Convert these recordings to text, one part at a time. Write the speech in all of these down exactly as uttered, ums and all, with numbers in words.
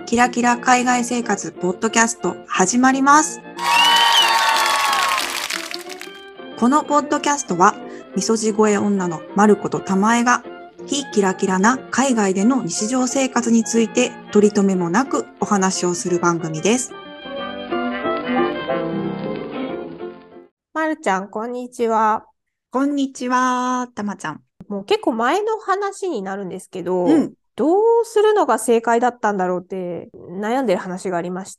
キラキラ海外生活ポッドキャスト始まります。このポッドキャストはみそじ声女のまることたまえが非キラキラな海外での日常生活について取り留めもなくお話をする番組です。 まるちゃん、こんにちは。 こんにちは、たまちゃん。 もう結構前の話になるんですけど、 うん、 どうするのが正解だったんだろうって悩んでる話がありまして、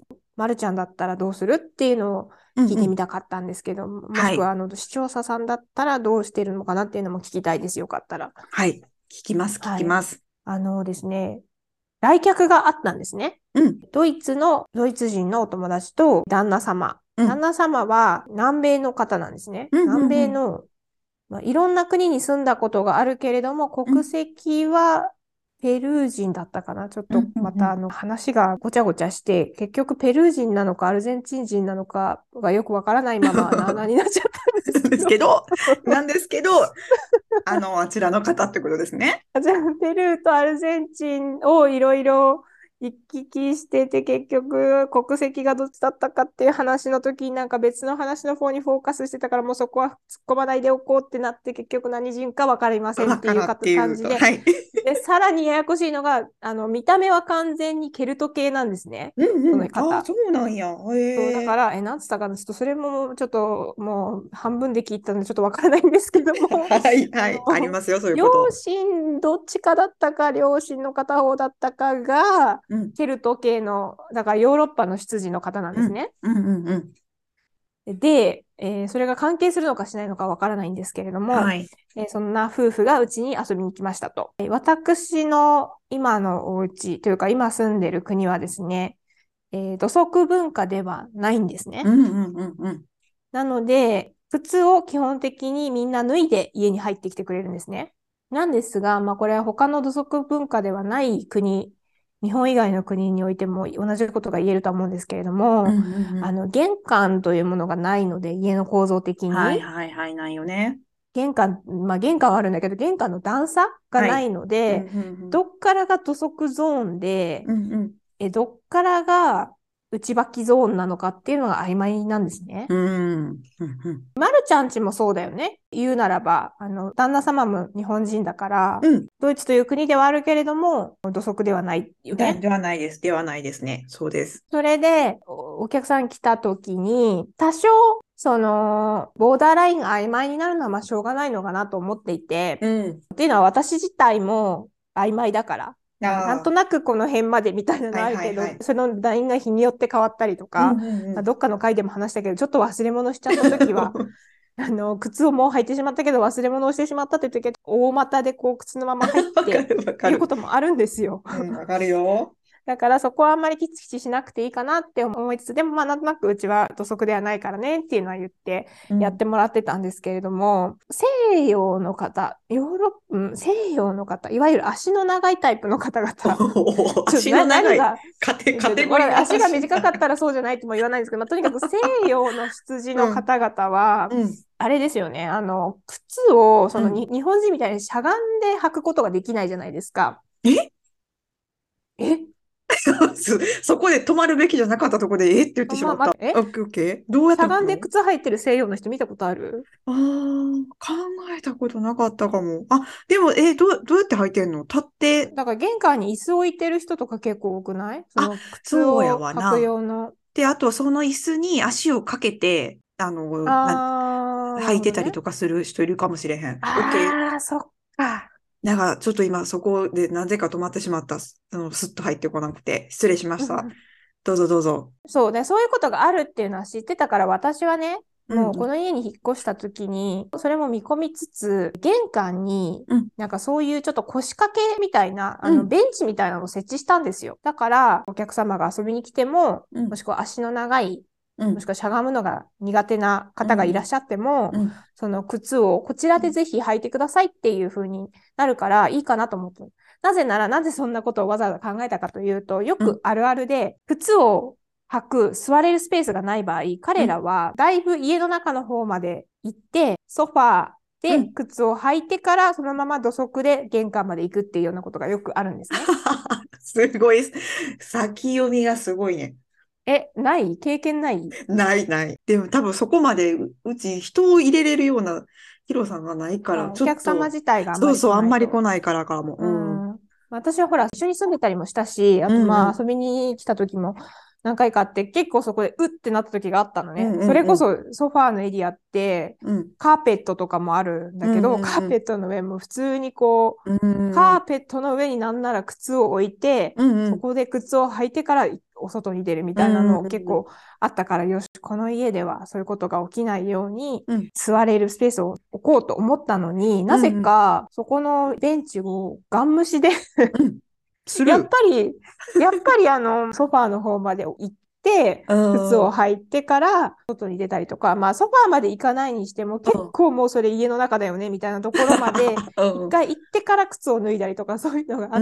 まるちゃんだったらどうするっていうのを聞いてみたかったんですけど、うんうん、もしくはあの視聴者さんだったらどうしてるのかなっていうのも聞きたいです。よかったら。 はい、聞きます、聞きます。 はい、あのですね、来客があったんですね。 うん、 ドイツの、ドイツ人のお友達と旦那様。うん、旦那様は南米の方なんですね。うんうんうん、南米の、まあ、いろんな国に住んだことがあるけれども、国籍はペルー人だったかな。ちょっとまたあの話がごちゃごちゃして、結局ペルー人なのかアルゼンチン人なのかがよくわからないままなあなあになっちゃったんですけど。 なんですけど、あの、あちらの方ってことですね。 じゃあペルーとアルゼンチンをいろいろ行き来してて、結局国籍がどっちだったかっていう話の時になんか別の話の方にフォーカスしてたから、もうそこは突っ込まないでおこうってなって、結局何人か分かりませんっていう感じで、はい、でさらにややこしいのが、あの見た目は完全にケルト系なんですね。 うんうん、その方。あ、そうなんや。へー。 そうだからえなんつったかな、ちょっとそれもちょっともう半分で聞いたのでちょっと分からないんですけどもはいはい、ありますよそういうこと。 両親どっちかだったか両親の片方だったかが、うん、ケルト系のだからヨーロッパの出自の方なんですね。うんうんうんうん、で、えー、それが関係するのかしないのか分からないんですけれども、はい、えー、そんな夫婦がうちに遊びに来ましたと。私の今のお家というか今住んでる国はですね、えー、土足文化ではないんですね。うんうんうんうん、なので、靴を基本的にみんな脱いで家に入ってきてくれるんですね。なんですが、まあこれは他の土足文化ではない国、日本以外の国においても同じことが言えると思うんですけれども、うんうんうん、あの玄関というものがないので、家の構造的に。 はいはいはい、ないよね。 玄関、まあ玄関はあるんだけど、玄関の段差がないので、はいうんうんうん、どっからが土足ゾーンで、うんうんえどっからが内履きゾーンなのかっていうのが曖昧なんですね。うんうんうん、まるちゃんちもそうだよね。言うならば、あの、旦那様も日本人だから、うん、ドイツという国ではあるけれども、土足ではないよね。 ではないです。ではないですね。そうです。 それで、お客さん来た時に、多少、その、ボーダーラインが曖昧になるのはまあしょうがないのかなと思っていて、うん、っていうのは私自体も曖昧だから。なんとなくこの辺までみたいなのあるけど、はいはいはい、そのラインが日によって変わったりとか、うんうんうんまあ、どっかの回でも話したけど、ちょっと忘れ物しちゃった時は、あの、靴をもう履いてしまったけど忘れ物をしてしまったっていう時は、大股でこう靴のまま入ってっていうこともあるんですよ。 わ、うん、かるよ。 だからそこはあんまりキチキチしなくていいかなって思いつつ、でもまあなんとなくうちは土足ではないからねっていうのは言ってやってもらってたんですけれども、うん、西洋の方、ヨーロッパ、うん、西洋の方、いわゆる足の長いタイプの方々。 足の長いカテゴリー足が短かったらそうじゃないとも言わないんですけど、まあ、とにかく西洋の出自の方々は、うんうん、あれですよね、あの、靴をその、うん、日本人みたいにしゃがんで履くことができないじゃないですか。 ええそこで止まるべきじゃなかったところでえって言ってしまった。まあまあ、えオッケーオッケー。どうやってしゃがんで靴履いてる西洋の人見たことある？ ああ、考えたことなかったかも。あ、でも、えどう、どうやって履いてんの？立って。 だから玄関に椅子置いてる人とか結構多くない？その靴を履く用の。 で、あとその椅子に足をかけて、あの、あ履いてたりとかする人いるかもしれへん。 ね、ああ、そっか。 だから、ちょっと今そこでなぜか止まってしまった。あの、スッと入ってこなくて。失礼しました。どうぞどうぞ。 そうね、そういうことがあるっていうのは知ってたから、私はね、もうこの家に引っ越した時に、うん、それも見込みつつ、玄関に、なんかそういうちょっと腰掛けみたいな、うん、あの、ベンチみたいなのを設置したんですよ。だから、お客様が遊びに来ても、うん、もしくは足の長い、もしくはしゃがむのが苦手な方がいらっしゃっても、うん、その靴をこちらでぜひ履いてくださいっていう風になるからいいかなと思って。なぜなら、なぜそんなことをわざわざ考えたかというと、よくあるあるで、靴を履く、座れるスペースがない場合、彼らはだいぶ家の中の方まで行って、ソファーで、 うん。 靴を履いてからそのまま土足で玄関まで行くっていうようなことがよくあるんですね。 すごい。先読みがすごいね。 え、ない経験ない？ ないない。でも多分そこまでう、うち人を入れれるような広さがないから、 あ、おちょっ客様と、 自体があんまりそうそう、あんまり来来ないと。 ないからかも。 ううん。 ん。私はほら、一緒に住んでたりもしたし、あとうんうん。 まあ遊びに来た時も何回かあって、結構そこでうってなった時があったのね。 うんうそれこんうん。 そソファーのエリアって、 うん。 カーペットとかもあるんだうんうけど、カーんうん。 ペットの上も普通にこう、 うんうんうん。 カーペットの上になんなら靴を置いて、 うんうん。 そこで靴を履いてからお外に出るみたいなうんうんの結構うん。 あったから、よし、この家ではそういうことが起きないように、 うん。 座れるスペースを置こうと思ったのに、なぜうんうん。 かそこのベンチをガン無視でうん。スやっぱルー。 り、やっぱりあの、ソファーの方まで行って、 う靴をんうん。 履いてから外に出たりとか、まあソファーまで行かないにしても結構もうそれ家の中だよねみたいなところまで一うん。 回行ってから靴を脱いだりとかそういうのがあうんって、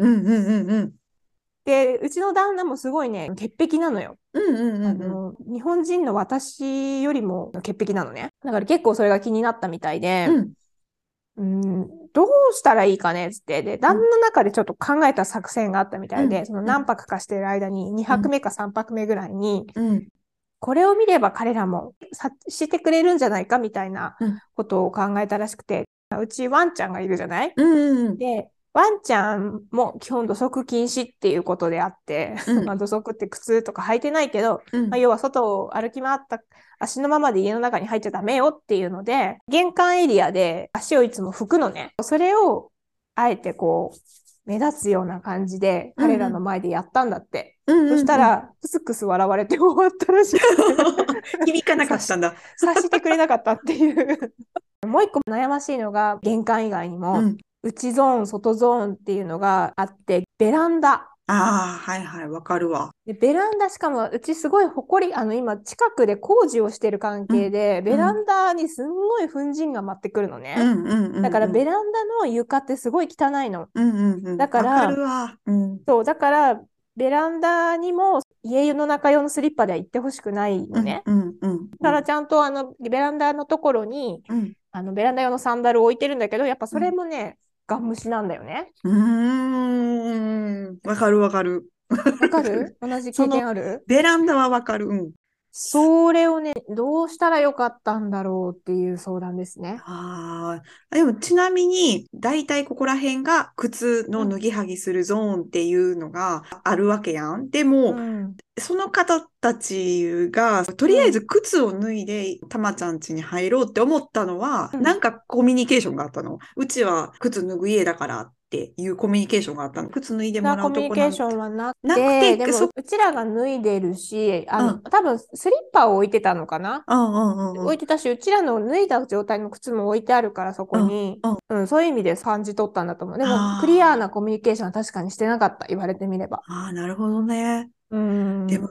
うんうんうんうん。 で、うちの旦那もすごいね、潔癖なのよ。 うんうんうんうん。 あの、日本人の私よりも潔癖なのね。だから結構それが気になったみたいで、 うんうん、どうしたらいいかねっつって、で、旦那の中でちょっと考えた作戦があったみたうんいで、そのうん何泊かしてる間に、 うんにはくめかさんぱくめぐらいに、 うんこれを見れば彼らも察してくれるんじゃないかみたいなうんことを考えたらしくて、うちワンちゃんがいるじゃない？ うんうんで、ワンちゃんも基本土足禁止っていうことであって、まあ土足って靴とか履いてないけど、まあ、要は外を歩き回った足のままで家の中に入っちゃダメよっていうので、玄関エリアで足をいつも拭くのね。それをあえてこう、目立つような感じで彼らの前でやったんだって。 うんそうんうん。 したら、クスクス笑われて終わったらしくて響かなか察し、 ったんだ。 察してくれなかったっていうもう一個悩ましいのが、玄関以外にも、 うん。 内ゾーン、外ゾーンっていうのがあって、ベランダ。 ああ、はいはい、わかるわ。 でベランダ、しかもうちすごい埃、あの今近くで工事をしてる関うん、 係で、ベうん、 ランダにすんごい粉塵が舞ってくるのね。 うん、うん、うん、 だからうん、 ベランダの床ってすごい汚いの。 うん、うん、うん、わかだから、 るわ。うん、 そう、だからベランダにも家の中用のスリッパでは行ってほしくないうん、 のね。 うん、うん、うん、 だからちゃんとあのベランダのところに、 うん、 あのベランダ用のサンダルを置いてるんだけど、やっぱそれうん、 もね、ガン無視なんだよね。 うーん、わかるわかる。 わかる？同じ経その、 験ある？ ベランダはわかる。うん。 それをね、どうしたらよかったんだろうっていう相談ですね。 ああ、でもちなみに、だいたいここら辺が靴の脱うん。 ぎ剥ぎするゾーンっていうのがあるわけやん。でも、 うん。 その方たちが、とりあえずうん。 靴を脱いで、たまちゃん家に入ろうって思ったのは、 うん。 なんかコミュニケーションがあったの。うちは靴脱ぐ家だからっていうコミュニケーションがあったの。靴脱いでもらうなコミュニとこなんて。 ケーションはなくて、 なくて、 でもそ、 ううちらが脱いでるし、あの、 うん、 多分スリッパを置いてたのかな？ うん、うん、うん、うん、 置いてたし、うちらの脱いだ状態の靴も置いてあるから、そこうん、 に。 うん。 うん、そういう意味で感じ取ったんだと思う。でも、クリアあなコミュニケーションは確かにしてなかった。言われてみれば。 あ、ああ、なるほどね。 うん。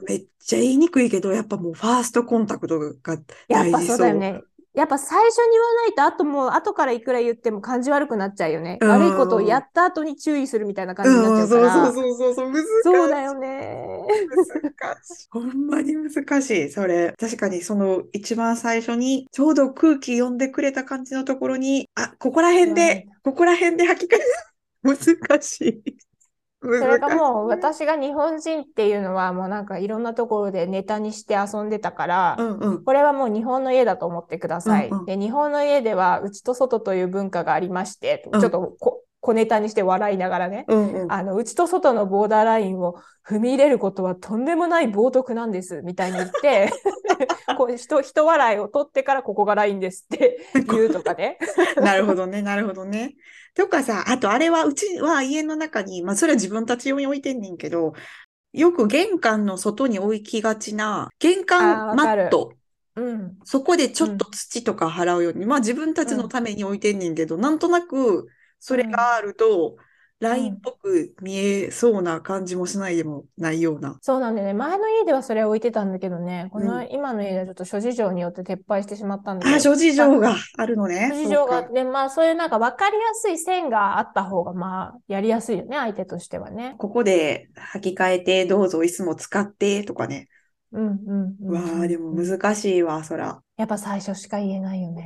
でもめっちゃ言いにくいけど、やっぱもうファーストコンタクトが大やっぱそうだよ事そね。やっぱ最初に言わないと、あともう、後からいくら言っても感じ悪くなっちゃうよね。 う。 悪いことをうん。 やった後に注意するみたいな感じになっちうん、 ゃうかそうそうら。 そうそうそう、難しそうだよい。 ね。 難しい。ほんまに難しい。それ。確かにその一番最初に、ちょうど空気読んでくれた感じのところに、あ、ここら辺で、 言わないと。 ここら辺で吐き返す。難しい。 それ難がもうしいね。 私が日本人っていうのはもうなんかいろんなところでネタにして遊んでたから、 うんうん。 これはもう日本の家だと思ってください。 うんうん。 で、日本の家では内と外という文化がありまして、ちょっうんとこ小ネタにして笑いながらね、 うんうん。 あの、内と外のボーダーラインを踏み入れることはとんでもない冒涜なんです、みたいに言って、こう人、人笑いを取ってからここがラインですって言うとかね。 なるほどね、なるほどね。とかさ、あとあれは、うちは家の中に、まあそれは自分たち用に置いてんねんけど、よく玄関の外に置きがちな、玄関ああ、わかる。 マット。 うん、 そこでちょっとうん、 土とか払うように、まあ自分たちのうん、 ために置いてんねんけど、なんとなくそれがうん、 あると、ラインっうん。 ぽく見えそうな感じもしないでもないような。 そうなんだよね。前の家ではそれを置いてたんだけどね、このうん。 今の家ではちょっと諸事情によって撤廃してしまったんだけあ、 ど、 諸事まあ、 情があるのね。 諸事そうか。 情があって、まあそういうなんか分かりやすい線があった方がまあやりやすいよね、相手としてはね。 ここで履き替えて、どうぞ椅子も使ってとかね。 うんうんうんわあ、でもうんうん。 難しいわ、そら。 やっぱ最初しか言えないよね。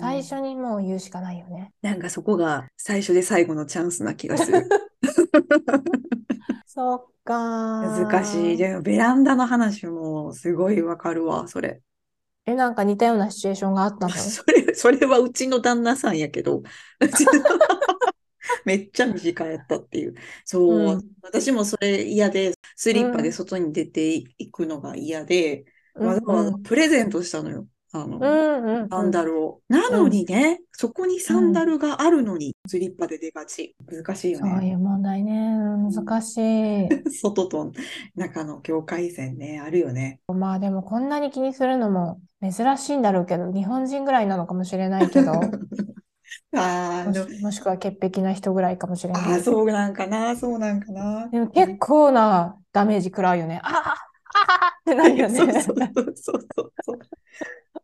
最初にもう言うしかないよね。 なんかそこが最初で最後のチャンスな気がする。 そっかー。 難しい。でもベランダの話もすごいわかるわ、それ。 え、なんか似たようなシチュエーションがあったの？ それ、それはうちの旦那さんやけど、うちのめっちゃ身近やったっていう。そう、 うん、 私もそれ嫌で、スリッパでうん、 外に出ていくのが嫌で、 うん、 わざわざうん、 プレゼントしたのよ。あの、 うん、 サンうん、 ダルを。なうん、 のにね、そこにうん。 サンダルがあるのに、スリッパで出がち。難しいよね。 そういう問題ね。難しい。 外と中の境界線ね、あるよね。 まあでもこんなに気にするのも珍しいんだろうけど、日本人ぐらいなのかもしれないけど、 あーの、 もし、もしくは潔癖な人ぐらいかもしれなあー、 い。 そうなんかな、そうなんかな。 でも結構なダメージ食らうよね。ああ、ああってなるよそうそね。 うそうそうそうそう。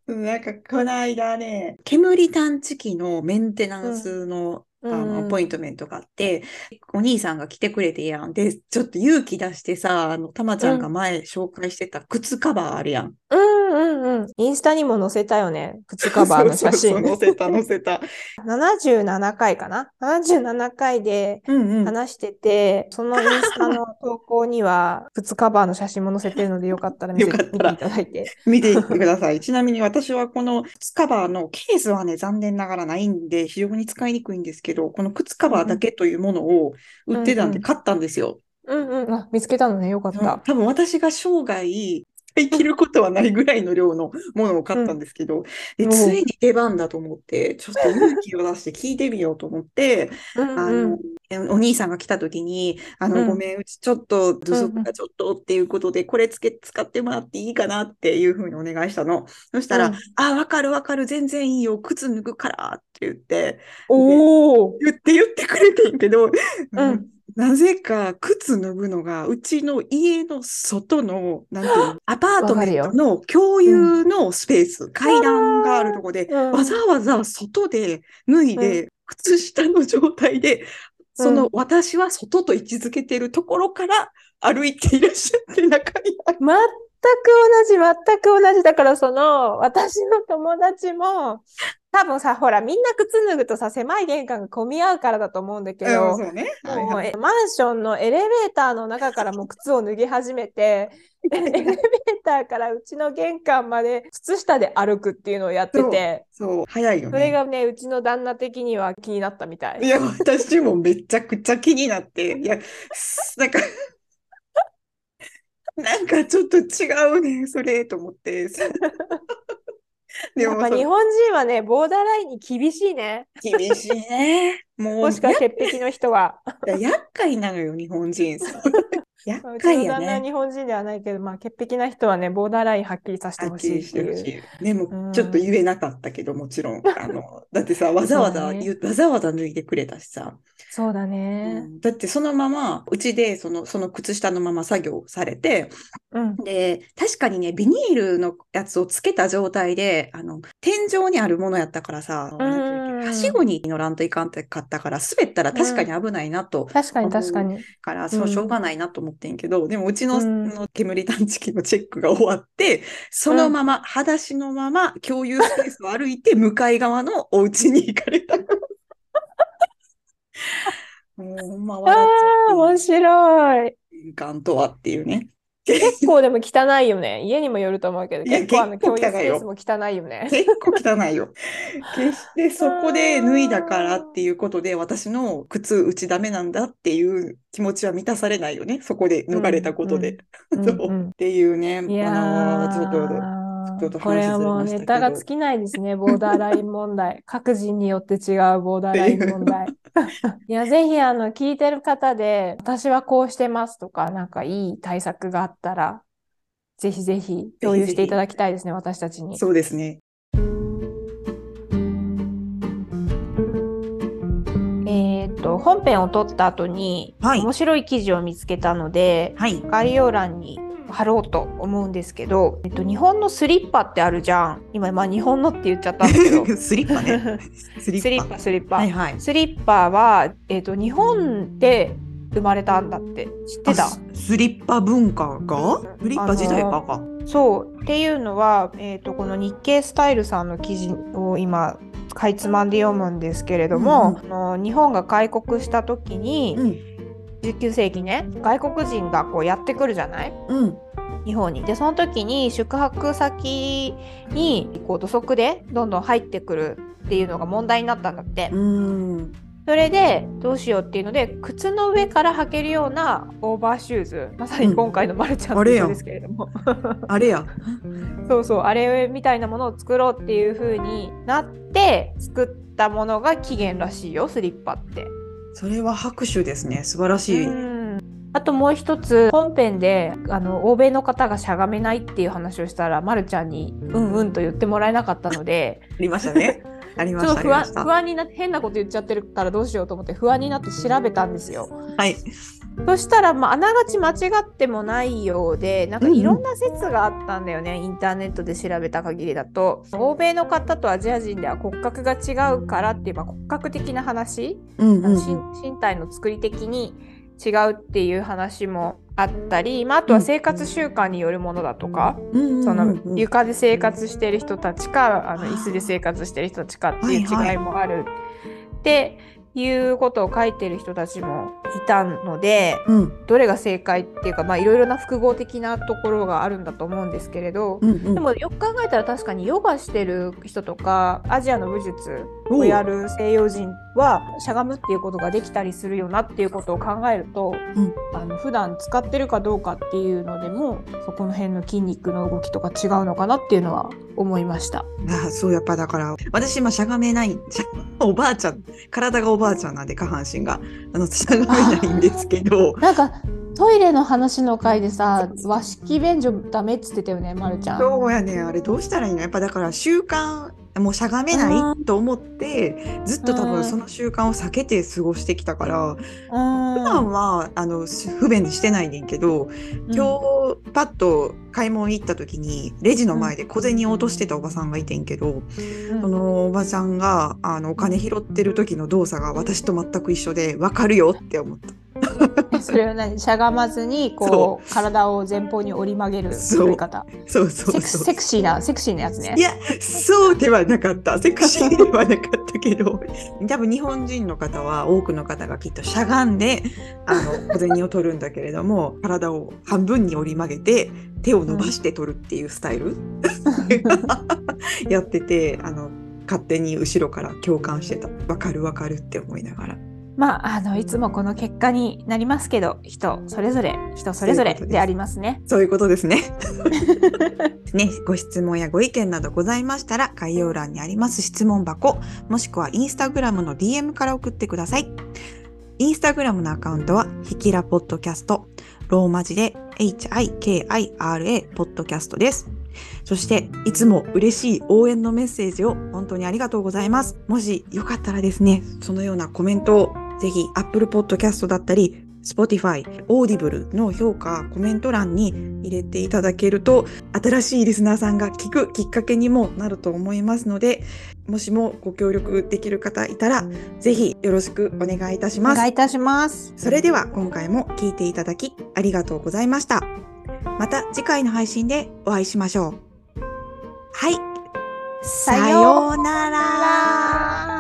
なんか、この間ね、煙探知機のメンテナンうん、 スの、 うあの、アん、うん、 ポイントメントがあって、お兄さんが来てくれてやん。で、ちょっと勇気出してさ、あの、たまちゃんがうん、 前紹介してた靴カバーあるやん。 うん、うん。インスタにも載せたよね。靴カバーそうのそうそう、 写真。 載せた載せた。 ななじゅうななかいかな？ ななじゅうなな 回でうんうん。 話してて、そのインスタの投稿には靴カバーの写真も載せてるので、よかったら見せ、見ていよかったらただいて。 見てください。ちなみに私はこの靴カバーのケースはね、残念ながらないんで、非常に使いにくいんですけど、この靴カバーだうんうん。 けというものを売っうんうん。 てたんで買ったんですよ。 うんうん。あ、見つけたのね。よかった。 多分私が生涯生きることはないぐらいの量のものを買ったんうん。 ですけど、で、ついもに出番だと思って、ちょっと勇気を出して聞いてみようと思って、 う。うんあの、 うん。 お兄さんが来た時に、あの、ごうん。 めん、うちちょっと土うんうん。 足がちょっとっていうことで、これつけ、使ってもらっていいかなっていうふうにお願いしたの。そしたら、 うん。 あ、わかるわかる、全然いいよ、靴脱ぐからって言って、で、 おー。 言って言ってくれてんけど、 うん。 なぜか靴脱ぐのが、うちの家の外の、なんていうの、アパートメントわかるよ。 の共うん。 有のスペース、階段があるところで、 あわざーわざ外で脱いうん。 で、靴下の状態で、そのうん。 私は外と位置づけているところから歩いていらっしゃって中に入っ全く同じ、全く同じ。だからその、私の友達も、多分さ、ほら、みんな靴脱ぐとさ、狭い玄関が混み合うからだと思うんだけうん、 ど、 そうね。はいもう、えはい。 マンションのエレベーターの中からも靴を脱ぎ始めて、エレベーターからうちの玄関まで靴下で歩くっていうのをやってそう、 て、 そう、早いよね。 それがね、うちの旦那的には気になったみたい。 いや、私もめちゃくちゃ気になって、いや、なんか、なんかちょっと違うね、それ、と思って。でも、 やっぱ日その、 本人はね、ボーダーラインに厳しいね。 厳しいね。もう、 もしくはや、 潔癖の人は。 厄介なのよ、日本人。そう厄うち介の旦那はやね。 日本人ではないけど、まあ、潔癖な人はね、ボーダーラインはっきりさせてほしいっはっきりしていう。 てほしい。でも、 うちょっとん。 言えなかったけど、もちろん。あの、だってさ、わざそうわだね。 ざ言う、わざわざ脱いでくれたしさ。 そうだうね。 ん、だってそのまま、うちでその、その靴下のまま作業されて、 うん。 で、確かにね、ビニールのやつをつけた状態で、あの、天井にあるものやったからさ、 うなんていうっけ、はしん。 ごに乗らんといかんってかったから、滑ったら確かうん。 に危ないなと確かに確思うかに。 から、そう、しょううん。 がないなと思ってんけど、でもうちの、 うん。 の煙探知機のチェックが終わって、そうん。 のまま、裸足のまま共有スペースを歩いて、向かい側のお家に行かれた。もう、ほんまあ笑っちゃっあ、面て、 白い。 敏感とはっていうね。 結構でも汚いよね。家にもよると思うけど、 いや、 結構あの結構共有スペース汚いよ。 も汚いよね。 結構汚いよ。決してあそこで脱いだからっていあ。 うことで、私の靴うちダメなんだっていう気持ちは満たされないよね。そこで脱がれたうん、 ことで。 うん、うそん、うう。っん。 ていうね、 いやあのーちょっと、ちょっー、 とこれは話ずれましもうネたけど、っタが尽きないですね。ボーダーライン問題。各人によって違うボーダーラインていう。 問題。いや、ぜひ、あの、聞いてる方で、私はこうしてますとか、なんかいい対策があったら、ぜひぜひぜ共ひぜひ。 有していただきたいですね、私たちに。 そうですね。 えっと、本編を撮った後に、 はい。 面白い記事を見つけたので、 はい。 概要欄に貼ろうと思うんですけど、えっと、日本のスリッパってあるじゃん。今、まあ、日本のって言っちゃったんだけど。 スリッパね。スリッパ。 スリッパ、スリッパ。 はいはい。 スリッパは、えっと、日本で生まれたんだって。知ってた？ スリッパ文化がスリッパ自体がか。 そう。っていうのは、えっと、この日経スタイルさんの記事を今かいつまんで読むんですけれども、うんうん、あの日本が開国した時に、うん、じゅうきゅうせいきね、外国人がこうやってくるじゃない、うん、日本に。でその時に宿泊先にこう土足でどんどん入ってくるっていうのが問題になったんだって。うん、それでどうしようっていうので、靴の上から履けるようなオーバーシューズ、まさに今回のまるちゃんと一緒ですけれども、 うん、あれやそうそう、あれみたいなものを作ろうっていう風になって作ったものが起源らしいよ、スリッパって。 それは拍手ですね。素晴らしい。うん、 あともう一つ、本編であの欧米の方がしゃがめないっていう話をしたら、まるちゃんにうんうんと言ってもらえなかったのでありましたね。ありました。 ちょっと不安、不安になって、変なこと言っちゃってるからどうしようと思って不安になって調べたんですよ。 はい。 そしたら、まあ、あながち間違ってもないようで、なんかいろんな説があったんだよね、うんうん、インターネットで調べた限りだと。欧米の方とアジア人では骨格が違うからっていう、まあ、骨格的な話、うんうんうん、身体の作り的に違うっていう話もあったり、まあ、あとは生活習慣によるものだとか、うんうんうんうん、その床で生活してる人たちか、あの椅子で生活してる人たちかっていう違いもある、はいはい、っていうことを書いてる人たちもいたので、うん、どれが正解っていうか、まあいろいろな複合的なところがあるんだと思うんですけれど、うんうん、でもよく考えたら確かにヨガしてる人とかアジアの武術をやる西洋人はしゃがむっていうことができたりするよなっていうことを考えると、うん、あの普段使ってるかどうかっていうのでもそこの辺の筋肉の動きとか違うのかなっていうのは思いました。 あ、そう、やっぱだから私今しゃがめないおばあちゃん、体がおばあちゃんなんで下半身があのしゃがめないんですけど、 なんかトイレの話の回でさ、和式便所ダメっつってたよね、まるちゃん。 そうやね、あれどうしたらいいの？やっぱだから習慣、もうしゃがめないと思ってずっと多分その習慣を避けて過ごしてきたから、普段はあの不便にしてないねんけど、今日パッと買い物行った時にレジの前で小銭を落としてたおばさんがいてんけど、うん、そのおばちゃんがあのお金拾ってる時の動作が私と全く一緒で分かるよって思った。 それは何？しゃがまずにこう体を前方に折り曲げる取り方。 そうそうそうそう。セクシーなセクシーなやつね。 いや、そうではなかった。セクシーではなかったけど、多分日本人の方は多くの方がきっとしゃがんであの小銭を取るんだけれども、体を半分に折り曲げて手を伸ばして取るっていうスタイル、うん、やってて、あの勝手に後ろから共感してた。わかるわかるって思いながら。 まあ、あのいつもこの結果になりますけど、人それぞれ人それぞれでありますね。 そういうことですね。ね、ご質問やご意見などございましたら概要欄にあります質問箱、もしくはインスタグラムの ディーエム から送ってください。インスタグラムのアカウントはひきらポッドキャスト、ローマ字で エイチアイケーアイアールエー ポッドキャストです。そしていつも嬉しい応援のメッセージを本当にありがとうございます。もしよかったらですね、そのようなコメントをぜひ Apple Podcast だったり Spotify、Audible の評価、コメント欄に入れていただけると新しいリスナーさんが聞くきっかけにもなると思いますので、もしもご協力できる方いたらぜひよろしくお願いいたします。 お願いいたします。 それでは今回も聞いていただきありがとうございました。また次回の配信でお会いしましょう。はい。さようなら。